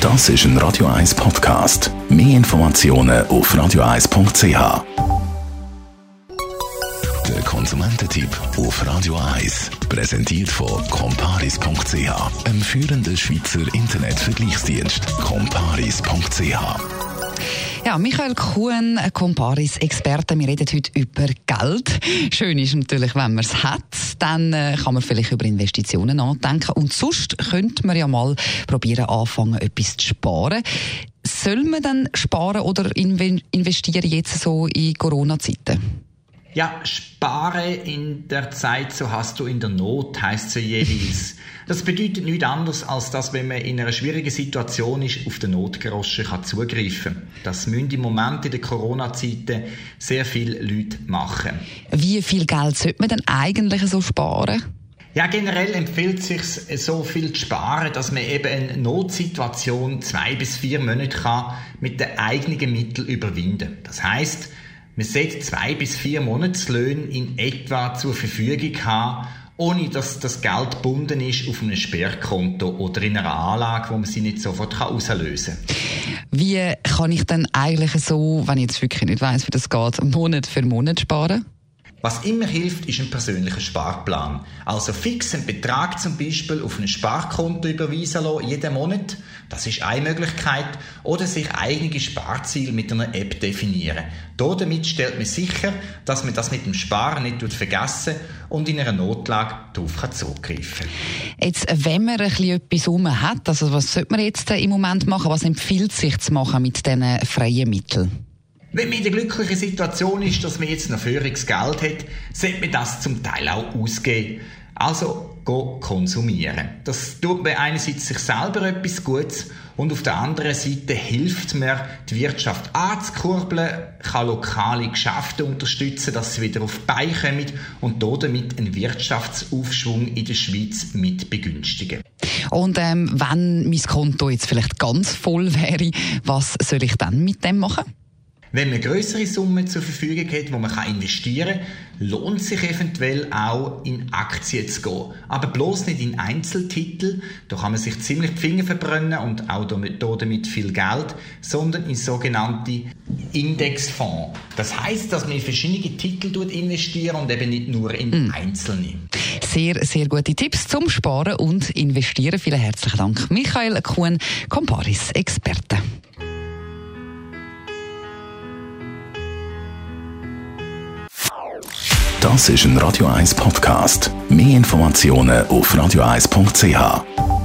Das ist ein Radio 1 Podcast. Mehr Informationen auf radio1.ch. Der Konsumententipp auf Radio 1. Präsentiert von comparis.ch, einem führenden Schweizer Internetvergleichsdienst. Comparis.ch. Ja, Michael Kuhn, Comparis-Experte. Wir reden heute über Geld. Schön ist natürlich, wenn man es hat, dann kann man vielleicht über Investitionen nachdenken. Und sonst könnte man ja mal probieren, anfangen, etwas zu sparen. Soll man dann sparen oder investieren jetzt so in Corona-Zeiten? Ja, spare in der Zeit, so hast du in der Not, heisst es ja jeweils. Das bedeutet nichts anderes, als dass, wenn man in einer schwierigen Situation ist, auf den Notgroschen zugreifen kann. Das müssen im Moment in den Corona-Zeiten sehr viele Leute machen. Wie viel Geld sollte man denn eigentlich so sparen? Ja, generell empfiehlt es sich, so viel zu sparen, dass man eben eine Notsituation 2 bis 4 Monate mit den eigenen Mitteln überwinden kann. Das heisst, man sollte 2 bis 4 Monatslöhne in etwa zur Verfügung haben, ohne dass das Geld gebunden ist auf einem Sperrkonto oder in einer Anlage, wo man sie nicht sofort auslösen kann. Wie kann ich denn eigentlich so, wenn ich jetzt wirklich nicht weiss, wie das geht, Monat für Monat sparen? Was immer hilft, ist ein persönlicher Sparplan. Also fix einen Betrag zum Beispiel auf ein Sparkonto überweisen lassen, jeden Monat. Das ist eine Möglichkeit. Oder sich eigene Sparziele mit einer App definieren. Damit stellt man sicher, dass man das mit dem Sparen nicht vergessen und in einer Notlage darauf zurückgreifen kann. Jetzt, wenn man ein bisschen etwas rum hat, also was sollte man jetzt im Moment machen? Was empfiehlt sich zu machen mit diesen freien Mitteln? Wenn man in der glücklichen Situation ist, dass man jetzt noch Geld hat, sollte man das zum Teil auch ausgeben. Also konsumieren. Das tut man einerseits sich selber etwas Gutes und auf der anderen Seite hilft mir, die Wirtschaft anzukurbeln, kann lokale Geschäfte unterstützen, dass sie wieder auf die Beine kommen und damit einen Wirtschaftsaufschwung in der Schweiz mit begünstigen. Und wenn mein Konto jetzt vielleicht ganz voll wäre, was soll ich dann mit dem machen? Wenn man grössere Summen zur Verfügung hat, die man investieren kann, lohnt sich eventuell auch in Aktien zu gehen. Aber bloß nicht in Einzeltitel, da kann man sich ziemlich die Finger verbrennen und auch damit viel Geld, sondern in sogenannte Indexfonds. Das heisst, dass man in verschiedene Titel investiert und eben nicht nur in einzelne. Sehr, sehr gute Tipps zum Sparen und Investieren. Vielen herzlichen Dank, Michael Kuhn, Comparis-Experte. Das ist ein Radio 1 Podcast. Mehr Informationen auf radio1.ch.